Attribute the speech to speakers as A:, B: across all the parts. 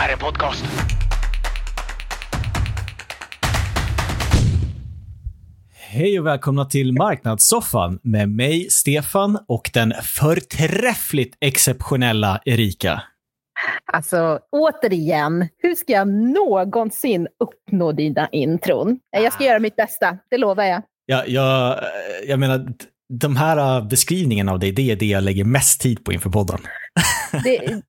A: här är en podcast.
B: Hej och välkomna till Marknadssoffan med mig, Stefan, och den förträffligt exceptionella Erika.
C: Alltså, återigen, hur ska jag någonsin uppnå dina intron? Jag ska göra mitt bästa, det lovar jag.
B: Jag menar, de här beskrivningarna av dig, det är det jag lägger mest tid på inför podden.
C: Det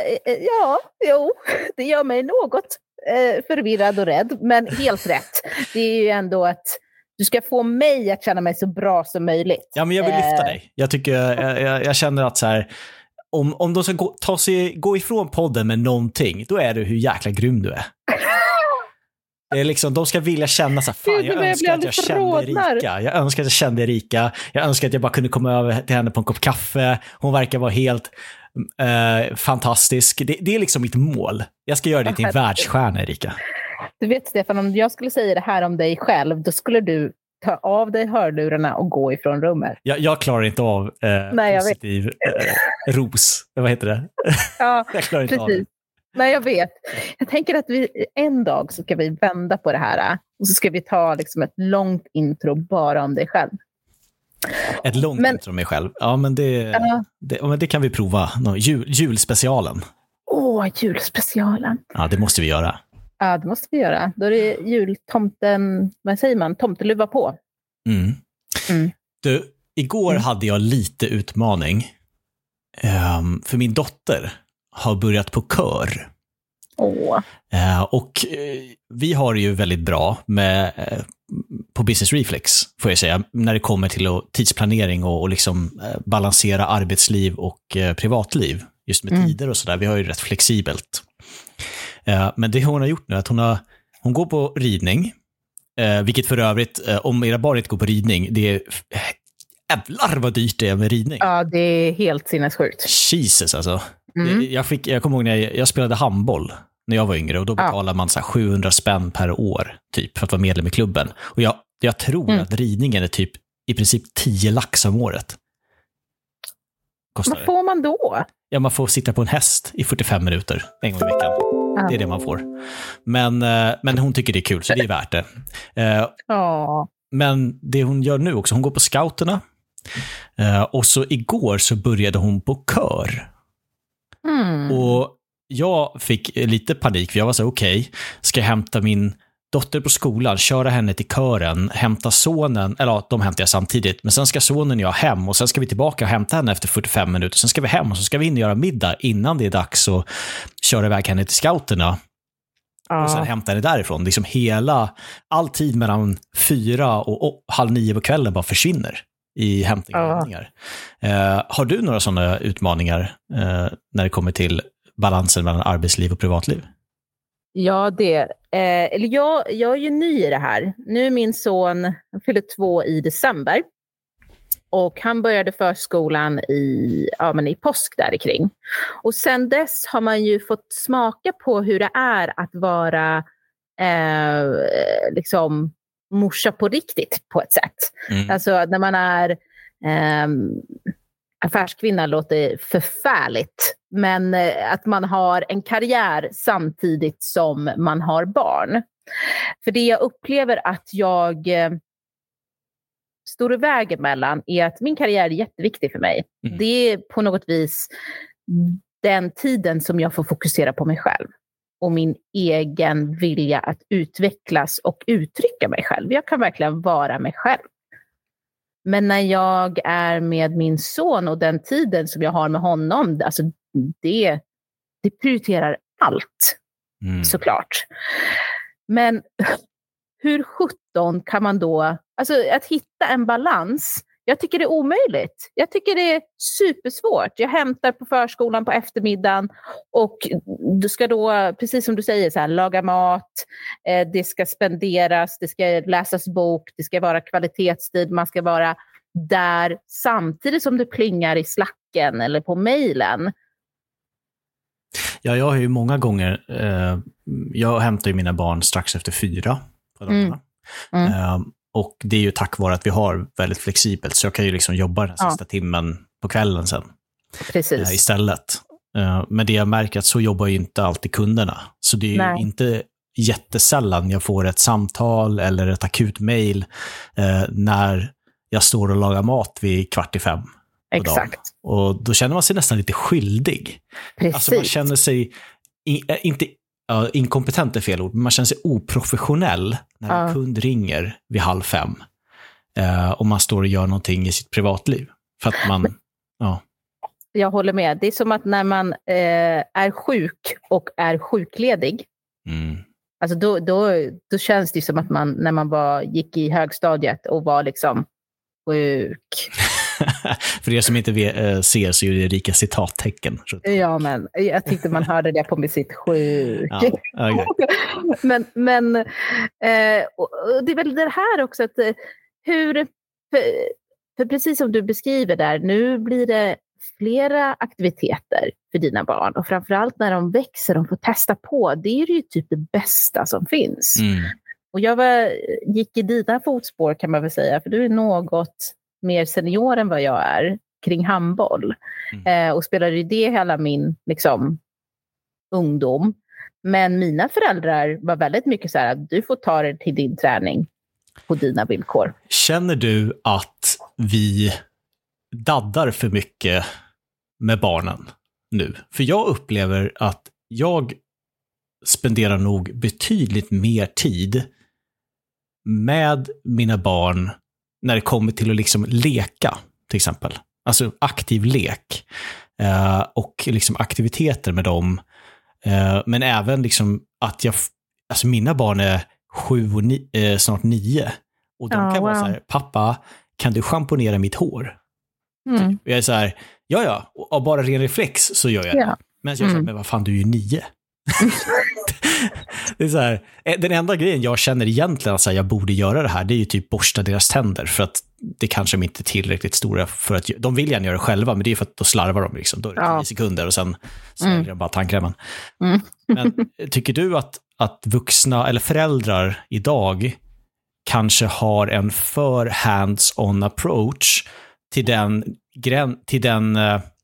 C: gör mig något förvirrad och rädd, men helt rätt. Det är ju ändå att du ska få mig att känna mig så bra som möjligt. Ja, men jag vill lyfta dig. Jag känner att så här, om de ska gå ifrån podden med någonting, då är det hur jäkla grym du är. Det är liksom, de ska vilja känna så här, fan, jag önskar att jag kände Erika. Jag önskar att jag kände Erika. Jag önskar att jag bara kunde komma över till henne på en kopp kaffe. Hon verkar vara helt fantastisk. Det är liksom mitt mål. Jag ska göra det till en världsstjärna, Erika. Du vet, Stefan, om jag skulle säga det här om dig själv, då skulle du ta av dig hörlurarna och gå ifrån rummet. Jag klarar inte av positiv ros. Vad heter det? Ja, jag klarar inte av det. Nej, jag vet. Jag tänker att en dag så ska vi vända på det här. Och så ska vi ta liksom ett långt intro bara om dig själv. Ett långt intro om mig själv? Ja, men det kan vi prova. Julspecialen. Julspecialen. Ja, det måste vi göra. Ja, det måste vi göra. Då är det jultomten, vad säger man? Tomteluva på. Du, igår hade jag lite utmaning. För min dotter har börjat på kör. Och vi har det ju väldigt bra på Business Reflex, får jag säga, när det kommer till tidsplanering och liksom balansera arbetsliv och privatliv, just med tider och sådär. Vi har ju rätt flexibelt. Men det hon har gjort nu är att hon går på ridning, vilket för övrigt, om era barn inte går på ridning, det är jävlar vad dyrt det är med ridning. Ja, det är helt sinnessjukt. Jesus, alltså. Jag kommer ihåg när jag spelade handboll när jag var yngre, och då betalade man så här 700 spänn per år typ för att vara medlem i klubben. Och jag tror att ridningen är typ i princip 10 lax om året. Vad får man då? Ja, man får sitta på en häst i 45 minuter en gång i veckan. Det är det man får. Men hon tycker det är kul, så det är värt det. Men det hon gör nu också, hon går på scouterna. Och så igår så började hon på kör. Och jag fick lite panik, för jag var så okej, ska jag hämta min dotter på skolan, köra henne till kören, hämta sonen, eller de hämtar jag samtidigt, men sen ska sonen och jag hem, och sen ska vi tillbaka och hämta henne efter 45 minuter, sen ska vi hem och så ska vi in och göra middag innan det är dags att köra iväg henne till scouterna och sen hämta henne därifrån. Liksom all tid mellan 4 och 8:30 på kvällen bara försvinner i hämtningar. Har du några sådana utmaningar när det kommer till balansen mellan arbetsliv och privatliv? Ja, jag är ju ny i det här. Nu är min son, han fyller 2 i december. Och han började förskolan i påsk där kring. Och sen dess har man ju fått smaka på hur det är att vara liksom morsa på riktigt på ett sätt. Alltså när man är affärskvinna låter förfärligt, men att man har en karriär samtidigt som man har barn. För det jag upplever att jag står i vägen mellan är att min karriär är jätteviktig för mig. Det är på något vis den tiden som jag får fokusera på mig själv och min egen vilja att utvecklas och uttrycka mig själv. Jag kan verkligen vara mig själv. Men när jag är med min son och den tiden som jag har med honom, alltså det prioriterar allt, såklart. Men hur 17 kan man då, alltså att hitta en balans, jag tycker det är omöjligt. Jag tycker det är supersvårt. Jag hämtar på förskolan på eftermiddagen och du ska då, precis som du säger, så här, laga mat, det ska spenderas, det ska läsas bok, det ska vara kvalitetstid, man ska vara där samtidigt som det plingar i Slacken eller på mejlen. Ja, jag har ju många gånger, jag hämtar ju mina barn strax efter 4 på dagarna. Och det är ju tack vare att vi har väldigt flexibelt, så jag kan ju liksom jobba den sista timmen på kvällen sen. Precis. Istället.
B: Men det jag märker att så jobbar ju inte alltid kunderna. Så det är ju inte jättesällan jag får ett samtal eller ett akut mejl när jag står och lagar mat vid 4:45.
C: Exakt.
B: Och då känner man sig nästan lite skyldig.
C: Precis.
B: Alltså man känner sig inte inkompetent är fel ord, men man känner sig oprofessionell när en kund ringer vid 4:30 och man står och gör någonting i sitt privatliv. För att man,
C: Jag håller med. Det är som att när man är sjuk och är sjukledig, alltså då känns det som att man, när man gick i högstadiet och var liksom sjuk.
B: För er som inte ser så är det rika citattecken.
C: Ja, men jag tyckte man hörde det på med sitt sjuk.
B: Ja, okay.
C: men och det är väl det här också att för precis som du beskriver där, nu blir det flera aktiviteter för dina barn, och framförallt när de växer, de får testa på, det är ju typ det bästa som finns. Och jag gick i dina fotspår, kan man väl säga, för du är något mer senior än vad jag är kring handboll. Och spelade ju det hela min liksom ungdom. Men mina föräldrar var väldigt mycket så här att du får ta dig till din träning på dina villkor.
B: Känner du att vi daddar för mycket med barnen nu? För jag upplever att jag spenderar nog betydligt mer tid med mina barn när det kommer till att liksom leka, till exempel. Alltså aktiv lek och liksom aktiviteter med dem. Men även liksom att alltså mina barn är 7 och snart 9. Och de kan vara så här: pappa, kan du schamponera mitt hår? Jag är så här, ja, och bara ren reflex så gör jag det. Men jag säger, men vad fan, du är ju 9. Det är så här, den enda grejen jag känner egentligen att jag borde göra det här, det är ju typ borsta deras tänder, för att det kanske inte är tillräckligt stora för att de vill gärna göra det själva, men det är för att då slarvar de liksom, då är det 10 sekunder och sen sväljer de bara tandkrämen. Men tycker du att vuxna eller föräldrar idag kanske har en för hands-on approach till den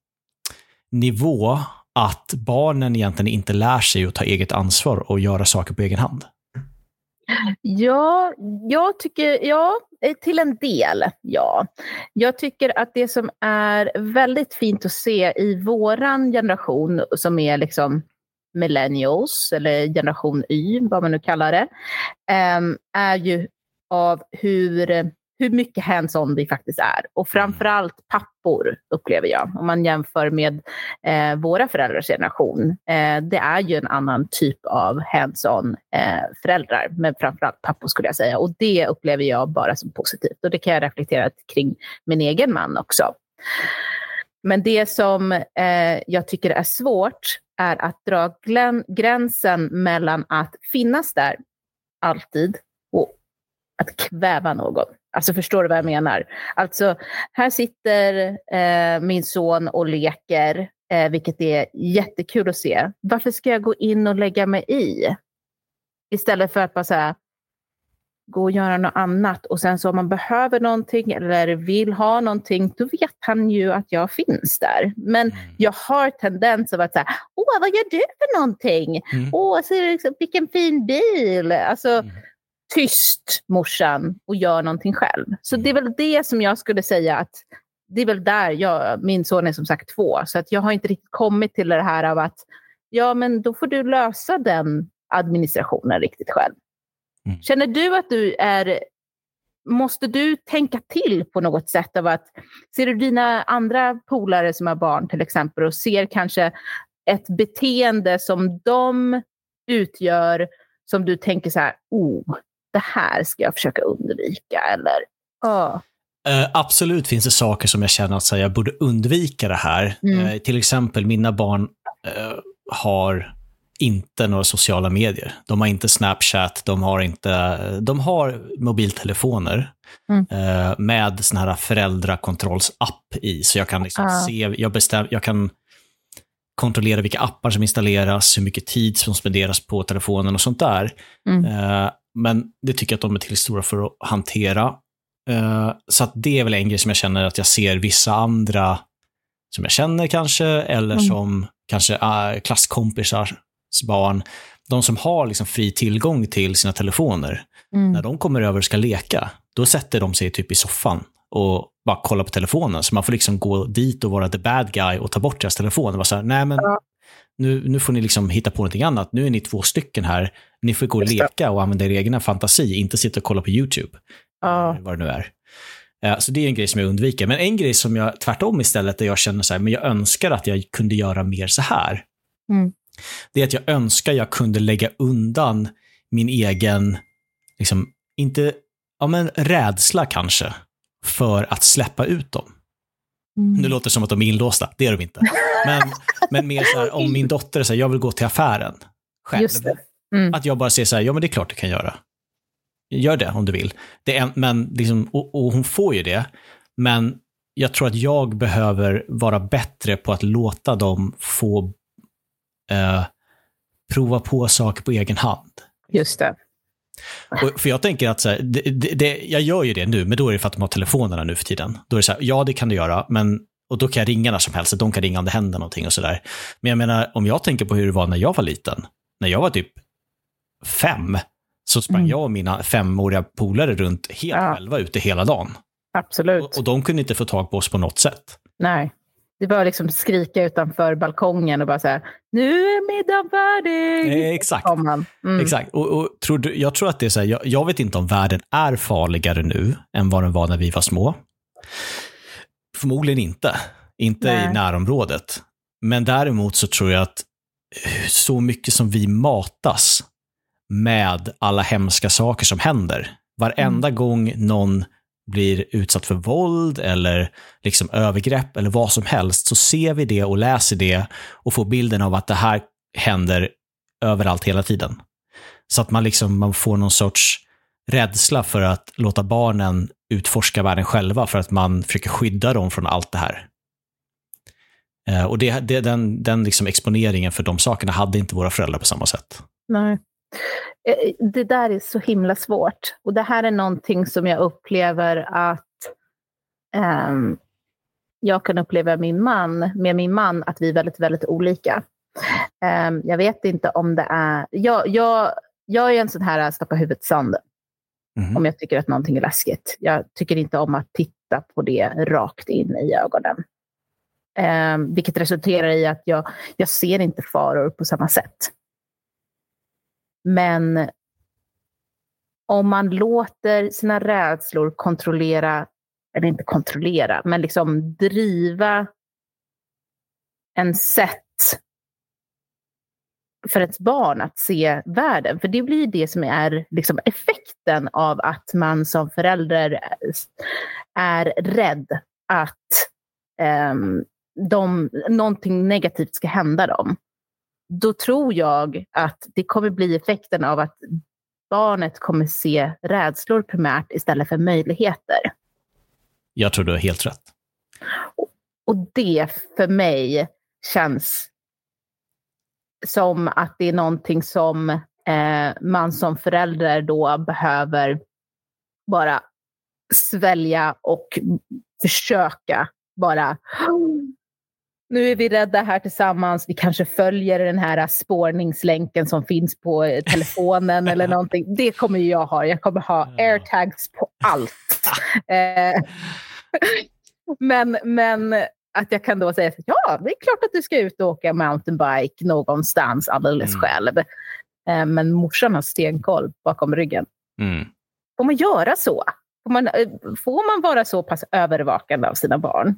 B: nivå att barnen egentligen inte lär sig att ta eget ansvar och göra saker på egen hand?
C: Ja, jag tycker, till en del, ja. Jag tycker att det som är väldigt fint att se i våran generation, som är liksom millennials, eller generation Y, vad man nu kallar det, är ju av hur mycket hands-on vi faktiskt är. Och framförallt pappor, upplever jag. Om man jämför med våra föräldrars generation. Det är ju en annan typ av hands-on föräldrar. Men framförallt pappor, skulle jag säga. Och det upplever jag bara som positivt. Och det kan jag reflektera kring min egen man också. Men det som jag tycker är svårt är att dra gränsen mellan att finnas där alltid och att kväva någon. Alltså, förstår du vad jag menar? Alltså, här sitter min son och leker, vilket är jättekul att se. Varför ska jag gå in och lägga mig i? Istället för att bara så här, gå och göra något annat. Och sen så om man behöver någonting eller vill ha någonting, då vet han ju att jag finns där. Men jag har tendens att vara så här, vad gör du för någonting? Så liksom, vilken fin bil. Alltså, tyst, morsan, och gör någonting själv. Så det är väl det som jag skulle säga, att det är väl där min son är som sagt 2, så att jag har inte riktigt kommit till det här av att men då får du lösa den administrationen riktigt själv. Känner du att måste du tänka till på något sätt av att, ser du dina andra polare som har barn till exempel och ser kanske ett beteende som de utgör som du tänker så här, det här ska jag försöka undvika, eller?
B: Absolut finns det saker som jag känner att jag borde undvika det här. Till exempel, mina barn har inte några sociala medier. De har inte Snapchat, de har mobiltelefoner med sån här föräldrakontrollsapp i, så jag kan liksom jag kan kontrollera vilka appar som installeras, hur mycket tid som spenderas på telefonen och sånt där. Men det tycker jag att de är till stora för att hantera. Så att det är väl en grej som jag känner att jag ser vissa andra som jag känner kanske, eller som kanske klasskompisars barn, de som har liksom fri tillgång till sina telefoner, när de kommer över och ska leka, då sätter de sig typ i soffan och bara kollar på telefonen, så man får liksom gå dit och vara the bad guy och ta bort deras telefoner och vara så här, nej men nu får ni liksom hitta på någonting annat, nu är ni 2 stycken här, ni får gå och leka och använda er egna fantasi, inte sitta och kolla på YouTube, vad det nu är. Så det är en grej som jag undviker. Men en grej som jag tvärtom istället, där jag känner så här, men jag önskar att jag kunde göra mer så här. Det är att jag önskar jag kunde lägga undan min egen, liksom, inte, men rädsla kanske, för att släppa ut dem. Nu låter det som att de är inlåsta, det är de inte. Men mer så här, om min dotter säger, jag vill gå till affären själv. Just det. Att jag bara säger så här, ja men det är klart du kan göra. Gör det om du vill. Men liksom, och hon får ju det. Men jag tror att jag behöver vara bättre på att låta dem få prova på saker på egen hand.
C: Just det.
B: För jag tänker att så här, jag gör ju det nu, men då är det för att de har telefonerna nu för tiden. Då är det så här, ja det kan du göra, och då kan jag ringa när som helst, de kan ringa om det händer någonting och sådär. Men jag menar, om jag tänker på hur det var när jag var liten, när jag var typ 5, så sprang jag och mina 5-åriga polare runt helt själva ute hela dagen.
C: Absolut.
B: Och de kunde inte få tag på oss på något sätt.
C: Nej. Det var liksom skrika utanför balkongen och bara så här, nu är middagen färdig.
B: Exakt. Exakt. Och jag tror att det är så här, jag vet inte om världen är farligare nu än vad den var när vi var små. Förmodligen inte. Inte i närområdet. Men däremot så tror jag att så mycket som vi matas med alla hemska saker som händer. Varenda gång någon blir utsatt för våld eller liksom övergrepp eller vad som helst, så ser vi det och läser det och får bilden av att det här händer överallt hela tiden. Så att man får någon sorts rädsla för att låta barnen utforska världen själva, för att man försöker skydda dem från allt det här. Och den liksom exponeringen för de sakerna hade inte våra föräldrar på samma sätt.
C: Nej. Det där är så himla svårt. Och det här är någonting som jag upplever att jag kan uppleva med min man att vi är väldigt, väldigt olika. Jag vet inte om det är... Jag är en sån här stoppa huvudet i sanden. Om jag tycker att någonting är läskigt. Jag tycker inte om att titta på det rakt in i ögonen. Vilket resulterar i att jag ser inte faror på samma sätt. Men om man låter sina rädslor kontrollera, eller inte kontrollera, men liksom driva en sätt för ett barn att se världen. För det blir det som är liksom effekten av att man som förälder är rädd att någonting negativt ska hända dem. Då tror jag att det kommer bli effekten av att barnet kommer se rädslor primärt istället för möjligheter.
B: Jag tror du har helt rätt.
C: Och det för mig känns som att det är någonting som man som förälder då behöver bara svälja och försöka bara... Nu är vi rädda här tillsammans. Vi kanske följer den här spårningslänken som finns på telefonen eller någonting. Det kommer jag ha. Jag kommer ha airtags på allt. Men att jag kan då säga att ja, det är klart att du ska ut och åka mountainbike någonstans alldeles själv. Men morsan har stenkoll bakom ryggen. Får man göra så? Får man vara så pass övervakande av sina barn?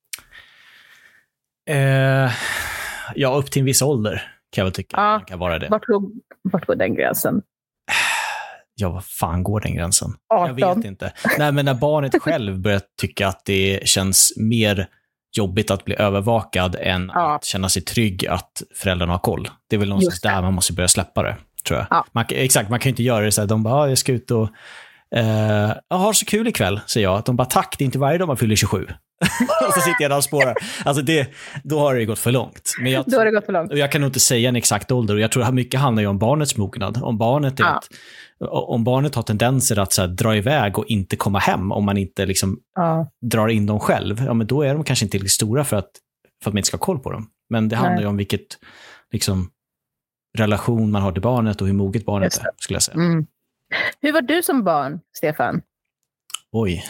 B: Ja, upp till en viss ålder kan jag väl tycka.
C: Ja,
B: kan vara det.
C: Vart går den gränsen?
B: Ja, vad fan går den gränsen?
C: 18.
B: Jag vet inte. Nej, men när barnet själv börjar tycka att det känns mer jobbigt att bli övervakad än att känna sig trygg att föräldrarna har koll. Det är väl någonstans där man måste börja släppa det, tror jag. Ja. Man kan ju inte göra det så här. De bara, jag ska ut och har så kul ikväll, säger jag. Att de bara, tack, det är inte varje dag man fyller 27. Och så sitter jag där och spårar. Alltså då har det gått för långt. Men
C: då har det gått för långt.
B: Och jag kan nog inte säga en exakt ålder. Och jag tror att mycket handlar ju om barnets mognad. Om barnet har tendenser att så här, dra iväg och inte komma hem, om man inte liksom drar in dem själv, ja, men då är de kanske inte tillräckligt stora för att för att man inte ska ha koll på dem. Men det handlar ju om vilket liksom, relation man har till barnet och hur moget barnet är, skulle jag säga.
C: Mm. Hur var du som barn, Stefan?
B: Oj.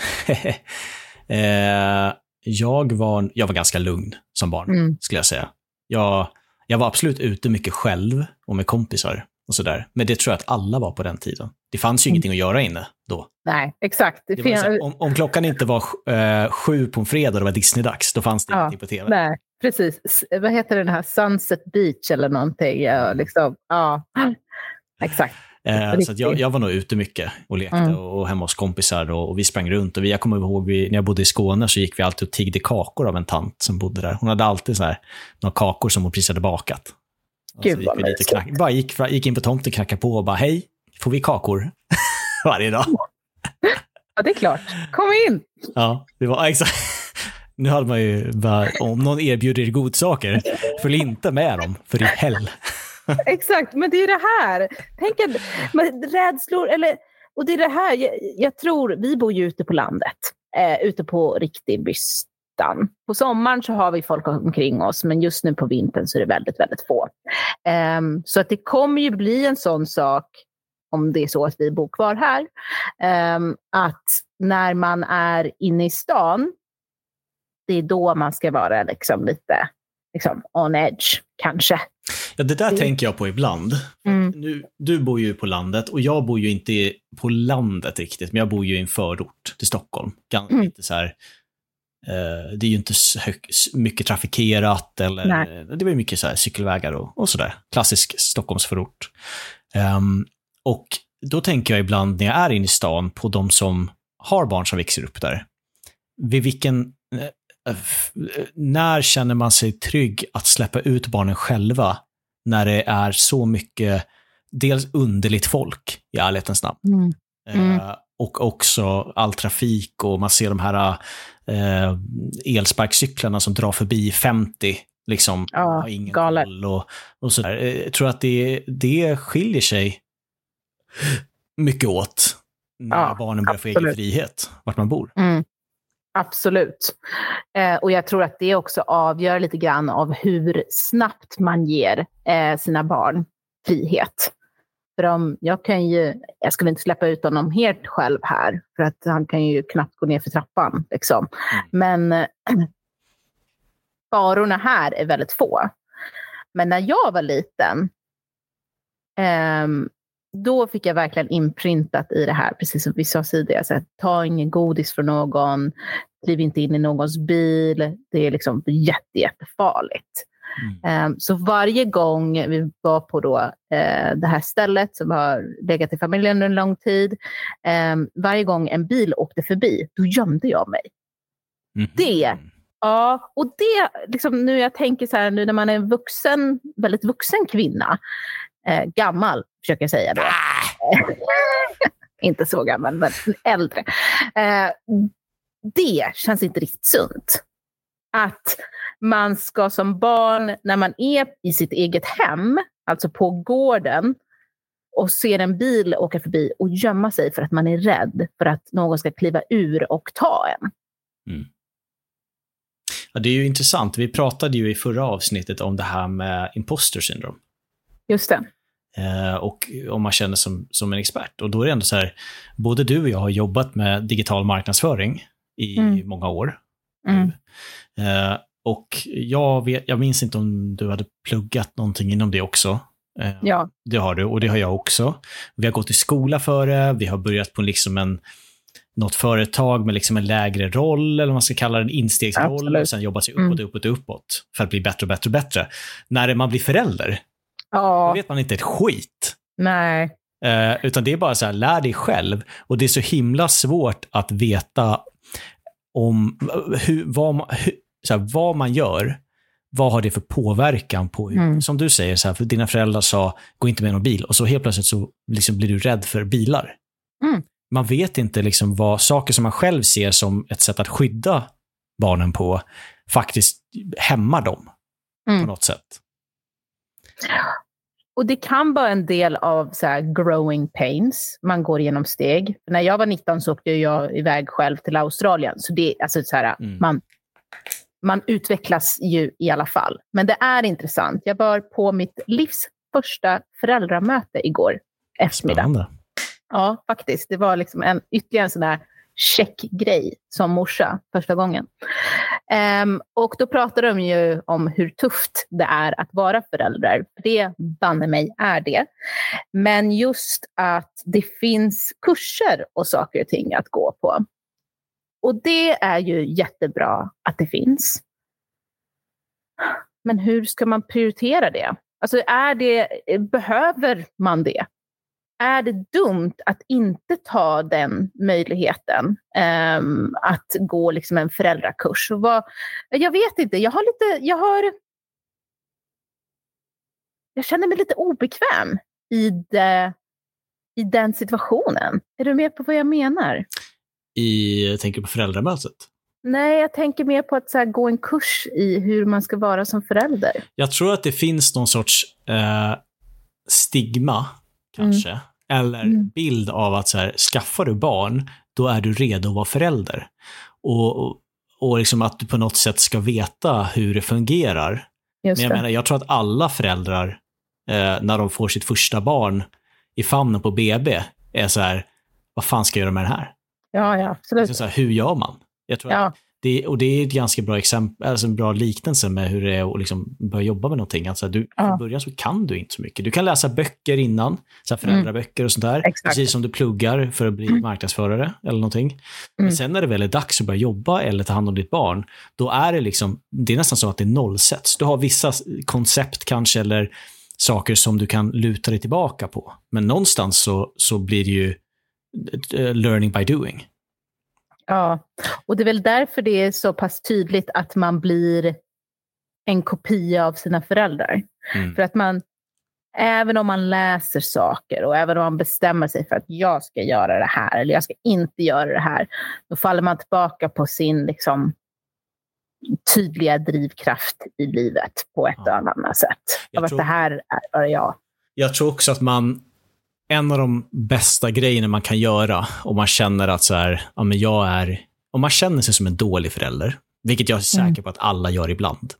B: Jag var ganska lugn som barn, skulle jag säga. Jag var absolut ute mycket själv och med kompisar och sådär. Men det tror jag att alla var på den tiden. Det fanns ju ingenting att göra inne då.
C: Nej, exakt.
B: Om klockan inte var 7 på en fredag och det var Disney-dags, då fanns det ingenting på tv.
C: Nej, precis. Vad heter den här? Sunset Beach eller någonting? Ja, liksom. Ja, exakt.
B: Så att jag var nog ute mycket och lekte och hemma hos kompisar och vi sprang runt. Och jag kommer ihåg, när jag bodde i Skåne så gick vi alltid och tiggde kakor av en tant som bodde där. Hon hade alltid så här, några kakor som hon precis hade bakat.
C: Gud,
B: så gick in på tomten, knackade på och bara, hej, får vi kakor? Varje dag.
C: Ja, det är klart. Kom in!
B: Ja, det var exakt. Nu hade man ju bara, om någon erbjuder er godsaker, följ inte med dem, för i hell.
C: Exakt, men det är det här. Tänk att rädslor, och det är det här, jag tror, vi bor ju ute på landet, ute på riktig bystan. På sommaren så har vi folk omkring oss, men just nu på vintern så är det väldigt, väldigt få. Så att det kommer ju bli en sån sak, om det är så att vi bor kvar här, att när man är inne i stan, det är då man ska vara liksom lite liksom on edge, kanske.
B: Ja, det där tänker jag på ibland. Nu, du bor ju på landet och jag bor ju inte på landet riktigt, men jag bor ju i en förort till Stockholm. Inte så här, det är ju inte mycket trafikerat, eller det var mycket så här cykelvägar och sådär. Klassisk Stockholmsförort. Och då tänker jag ibland när jag är inne i stan på de som har barn som växer upp där. När känner man sig trygg att släppa ut barnen själva när det är så mycket dels underligt folk i ärlighetens namn. Och också all trafik och man ser de här elsparkcyklarna som drar förbi 50 liksom, har ingen koll och sådär. Jag tror att det skiljer sig mycket åt när barnen börjar få egen frihet vart man bor.
C: Absolut. Och jag tror att det också avgör lite grann av hur snabbt man ger sina barn frihet. För jag skulle inte släppa ut honom helt själv här, för att han kan ju knappt gå ner för trappan. Liksom. Men farorna här är väldigt få. Men när jag var liten, då fick jag verkligen inprintat i det här, precis som vi sa tidigare, så att ta ingen godis från någon, kliv inte in i någons bil, det är liksom jättefarligt. Så varje gång vi var på då, det här stället som har legat i familjen under en lång tid, varje gång en bil åkte förbi, då gömde jag mig. Och det liksom, nu jag tänker så här, nu när man är en väldigt vuxen kvinna, gammal försöker jag säga då. Inte så gammal, men äldre. Det känns inte riktigt sunt. Att man ska som barn, när man är i sitt eget hem, alltså på gården, och ser en bil åka förbi och gömma sig för att man är rädd för att någon ska kliva ur och ta en.
B: Ja, det är ju intressant. Vi pratade ju i förra avsnittet om det här med imposter syndrome.
C: Just det.
B: Och om man känner som en expert. Och då är det ändå så här, både du och jag har jobbat med digital marknadsföring i många år. Och jag minns inte om du hade pluggat någonting inom det också.
C: Ja.
B: Det har du, och det har jag också. Vi har gått i skola för det. Vi har börjat på liksom något företag med liksom en lägre roll, eller vad man ska kalla det, en instegsroll. Absolut. Och sen jobba sig uppåt för att bli bättre och bättre och bättre. När man blir förälder, då vet man inte ett skit. Nej. Utan det är bara så här, lär dig själv. Och det är så himla svårt att veta om vad man gör. Vad har det för påverkan på som du säger, så här, för dina föräldrar sa, gå inte med någon bil. Och så helt plötsligt så liksom blir du rädd för bilar. Man vet inte liksom vad saker som man själv ser som ett sätt att skydda barnen på faktiskt hämmar dem på något sätt.
C: Och det kan vara en del av så här growing pains. Man går igenom steg. När jag var 19 så åkte jag iväg själv till Australien. Så det, alltså så här, man utvecklas ju i alla fall. Men det är intressant. Jag var på mitt livs första föräldramöte igår eftermiddag.
B: Spännande.
C: Ja, faktiskt. Det var liksom ytterligare en sån där checkgrej som morsa första gången. Och då pratade de ju om hur tufft det är att vara förälder. Det banne mig är det. Men just att det finns kurser och saker och ting att gå på. Och det är ju jättebra att det finns. Men hur ska man prioritera det? Alltså behöver man det? Är det dumt att inte ta den möjligheten att gå liksom en föräldrakurs? Jag vet inte, jag känner mig lite obekväm i den situationen. Är du med på vad jag menar?
B: Tänker du på föräldramötet?
C: Nej, jag tänker mer på att så här, gå en kurs i hur man ska vara som förälder.
B: Jag tror att det finns någon sorts stigma, kanske. Eller bild av att så här, skaffar du barn, då är du redo att vara förälder. Och liksom att du på något sätt ska veta hur det fungerar. Men jag menar, jag tror att alla föräldrar, när de får sitt första barn i famnen på BB, är så här, vad fan ska jag göra med det här?
C: Ja, absolut.
B: Så här, hur gör man? Jag tror att det är ett ganska bra exempel, alltså en bra liknelse med hur det är att liksom börja jobba med någonting. Alltså, från början så kan du inte så mycket. Du kan läsa böcker innan, så här föräldraböcker och sånt där. Exakt. Precis som du pluggar för att bli marknadsförare eller någonting. Men sen när det väl är dags att börja jobba eller ta hand om ditt barn, då är det är nästan så att det nollsätts. Du har vissa koncept kanske eller saker som du kan luta dig tillbaka på. Men någonstans så blir det ju learning by doing.
C: Ja, och det är väl därför det är så pass tydligt att man blir en kopia av sina föräldrar. För att även om man läser saker och även om man bestämmer sig för att jag ska göra det här eller jag ska inte göra det här, då faller man tillbaka på sin liksom tydliga drivkraft i livet på ett och annat sätt. Det här är bara jag.
B: Jag tror också att en av de bästa grejerna man kan göra om man känner att så här, om man känner sig som en dålig förälder, vilket jag är säker på att alla gör ibland.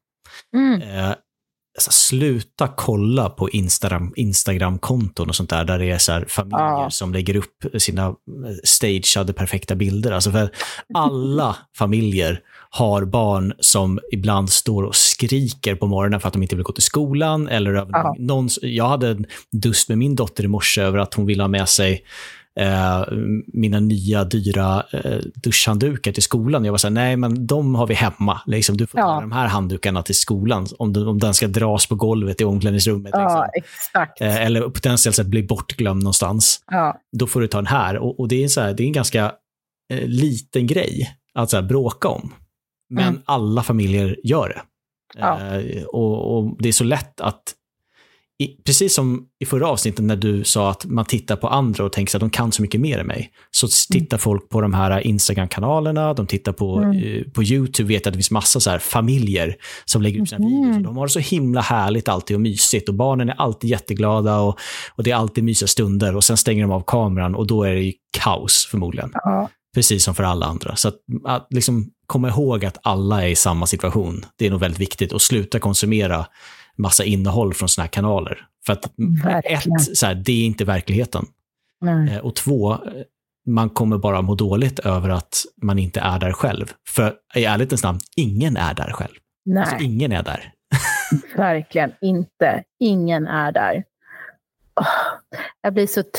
B: Sluta kolla på Instagram-konton och sånt där det är så här familjer som lägger upp sina stageade perfekta bilder. Alltså för alla familjer har barn som ibland står och skriker på morgonen för att de inte vill gå till skolan. Eller jag hade en dust med min dotter i morse över att hon ville ha med sig mina nya dyra duschhanddukar till skolan. Jag var så här, nej men de har vi hemma. Liksom, du får ta de här handdukarna till skolan om den ska dras på golvet i omklädningsrummet. Liksom.
C: Exakt.
B: Eller potentiellt sett bli bortglömd någonstans. Då får du ta den här. Och det är en ganska liten grej att så här, bråka om. Men alla familjer gör det. Och det är så lätt att precis som i förra avsnittet när du sa att man tittar på andra och tänker att de kan så mycket mer än mig, så tittar folk på de här Instagram-kanalerna, de tittar på YouTube, vet att det finns massa så här familjer som lägger ut sina videos och de har det så himla härligt alltid och mysigt och barnen är alltid jätteglada och det är alltid mysiga stunder och sen stänger de av kameran och då är det ju kaos förmodligen. Precis som för alla andra. Så att liksom komma ihåg att alla är i samma situation, det är nog väldigt viktigt, och sluta konsumera massa innehåll från såna här kanaler. För att det är inte verkligheten. Och 2, man kommer bara må dåligt över att man inte är där själv. För i ärlighetens namn, ingen är där själv.
C: Nej.
B: Alltså, ingen är där. Verkligen
C: inte. Ingen är där. Jag blir så...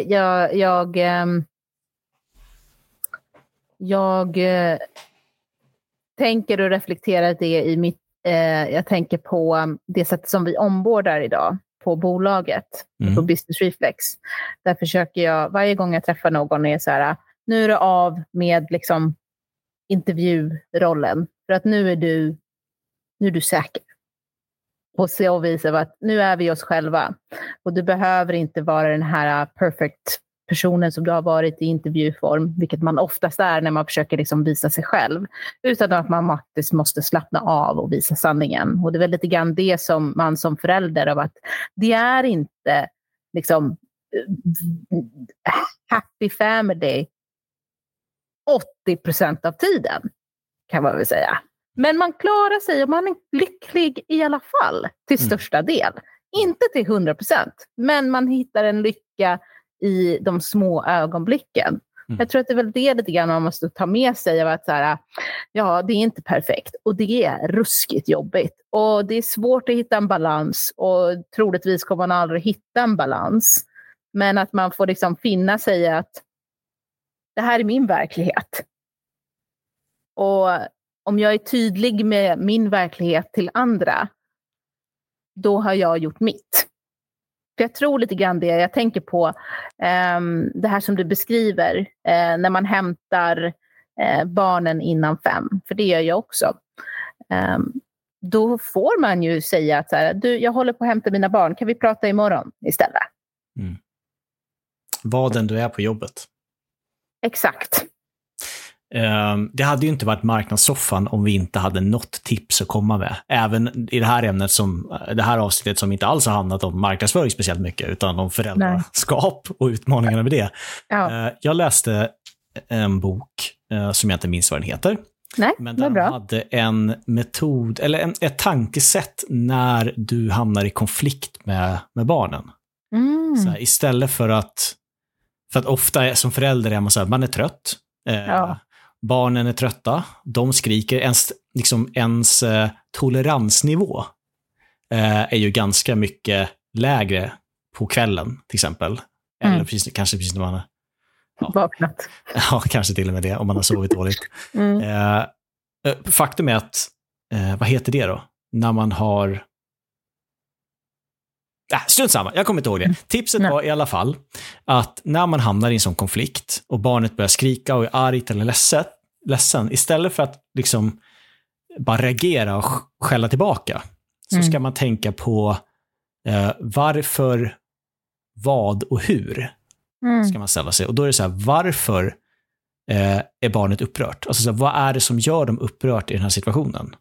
C: Jag tänker och reflekterar det i mitt... jag tänker på det sätt som vi ombordar idag på bolaget, på Business Reflex. Där försöker jag, varje gång jag träffar någon, är så här, nu är det av med liksom intervjurollen. För att nu är du säker. Och så visar vi att nu är vi oss själva. Och du behöver inte vara den här perfect personen som du har varit i intervjuform, vilket man oftast är när man försöker liksom visa sig själv, utan att man faktiskt måste slappna av och visa sanningen. Och det är väl lite grann det som man som förälder av att det är inte liksom happy family 80% av tiden, kan man väl säga. Men man klarar sig och man är lycklig i alla fall till största del. Inte till 100%, men man hittar en lycka i de små ögonblicken. Jag tror att det är väl det lite grann man måste ta med sig av att så här, ja, det är inte perfekt och det är ruskigt jobbigt och det är svårt att hitta en balans och troligtvis kommer man aldrig hitta en balans, men att man får liksom finna sig i att det här är min verklighet och om jag är tydlig med min verklighet till andra, då har jag gjort mitt. För jag tror lite grann det. Jag tänker på det här som du beskriver när man hämtar barnen innan 5. För det gör jag också. Då får man ju säga att så här, du, jag håller på att hämta mina barn. Kan vi prata imorgon istället?
B: Vad än du är på jobbet.
C: Exakt.
B: Det hade ju inte varit marknadssoffan om vi inte hade något tips att komma med. Även i det här ämnet det här avsnittet som inte alls har handlat om marknadsföring speciellt mycket utan om föräldraskap och utmaningarna med det.
C: Ja.
B: Jag läste en bok som jag inte minns vad den heter.
C: Nej,
B: men den hade en metod eller ett tankesätt när du hamnar i konflikt med barnen. Så här, istället för att ofta som förälder är man så här, man är trött. Barnen är trötta, de skriker, ens toleransnivå är ju ganska mycket lägre på kvällen till exempel. Eller kanske precis när man
C: vaknat.
B: Ja, kanske till och med det om man har sovit dåligt. Faktum är att, vad heter det då? När man har... Strunt samma, jag kommer inte ihåg det. Tipset var i alla fall att när man hamnar i en sån konflikt och barnet börjar skrika och är argt eller ledsen, istället för att liksom bara reagera och skälla tillbaka så ska man tänka på varför, vad och hur ska man ställa sig. Och då är det så här, varför är barnet upprört? Alltså så här, vad är det som gör dem upprört i den här situationen?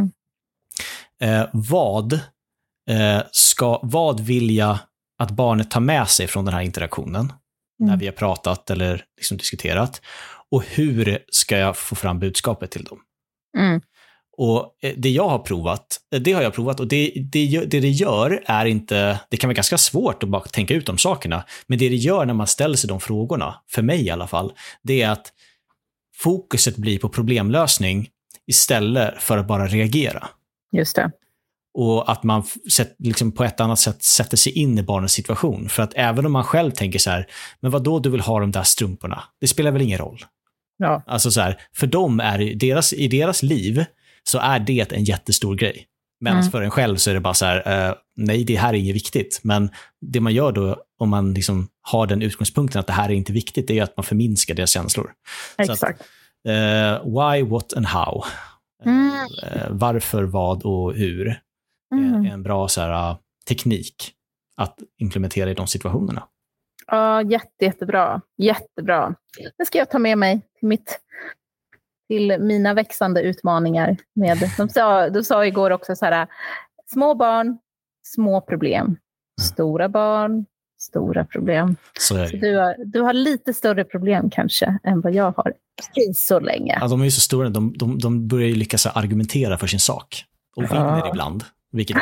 B: Vad vill jag att barnet tar med sig från den här interaktionen när vi har pratat eller liksom diskuterat, och hur ska jag få fram budskapet till dem? Och det har jag provat och det gör är inte, det kan vara ganska svårt att bara tänka ut de sakerna, men det gör när man ställer sig de frågorna, för mig i alla fall, det är att fokuset blir på problemlösning istället för att bara reagera.
C: Just det.
B: Och att man liksom på ett annat sätt sätter sig in i barnens situation. För att även om man själv tänker så här, men vad då du vill ha de där strumporna? Det spelar väl ingen roll.
C: Ja.
B: Alltså så här, för dem är i deras liv så är det en jättestor grej. Men för en själv så är det bara så här, nej, det här är inget viktigt. Men det man gör då, om man liksom har den utgångspunkten att det här är inte viktigt, det är att man förminskar deras känslor.
C: Exakt.
B: Så att, why, what and how. Varför, vad och hur. Är en bra så här, teknik att implementera i de situationerna.
C: Ja, jättebra. Jättebra. Det ska jag ta med mig till mina växande utmaningar. Du sa igår också så här, små barn, små problem. Stora barn, stora problem. Så du har lite större problem kanske än vad jag har så länge.
B: Ja, de är ju så stora, de börjar ju lyckas argumentera för sin sak. Och vinner ibland. Vilket är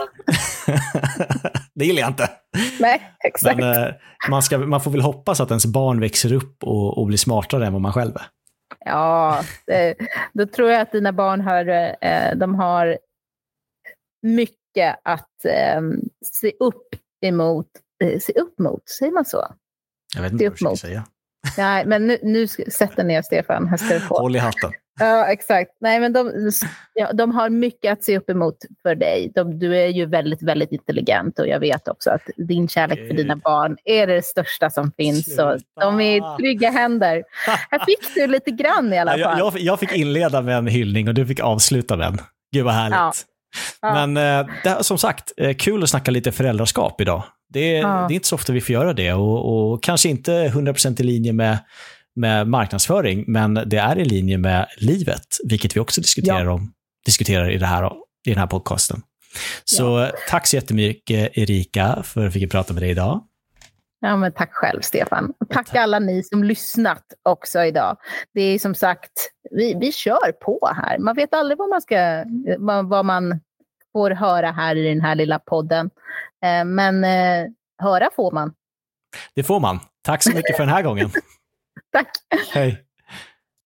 B: det gillar jag inte.
C: Nej, exakt.
B: Men man får väl hoppas att ens barn växer upp och blir smartare än vad man själv är.
C: Ja, då tror jag att dina barn de har mycket att se upp mot, säger man så?
B: Jag vet inte vad jag ska säga.
C: Nej, men nu sätter ner Stefan. Här ska du få.
B: Håll i hatten.
C: Ja, exakt. Nej, men de har mycket att se upp emot för dig. Du är ju väldigt, väldigt intelligent och jag vet också att din kärlek för dina barn är det största som finns. Så de är i trygga händer. Här fick du lite grann i alla fall.
B: Jag fick inleda med en hyllning och du fick avsluta med en. Gud vad härligt. Ja. Men som sagt, kul att snacka lite föräldraskap idag. Det är inte så ofta vi får göra det och kanske inte 100% i linje med marknadsföring, men det är i linje med livet, vilket vi också diskuterar i den här podcasten. Så tack så jättemycket, Erika, för att jag fick prata med dig idag.
C: Ja, men tack själv, Stefan. Och tack alla ni som lyssnat också idag. Det är som sagt, vi kör på här. Man vet aldrig vad man får höra här i den här lilla podden. Men höra får man.
B: Det får man. Tack så mycket för den här gången.
C: Tack.
B: Hej.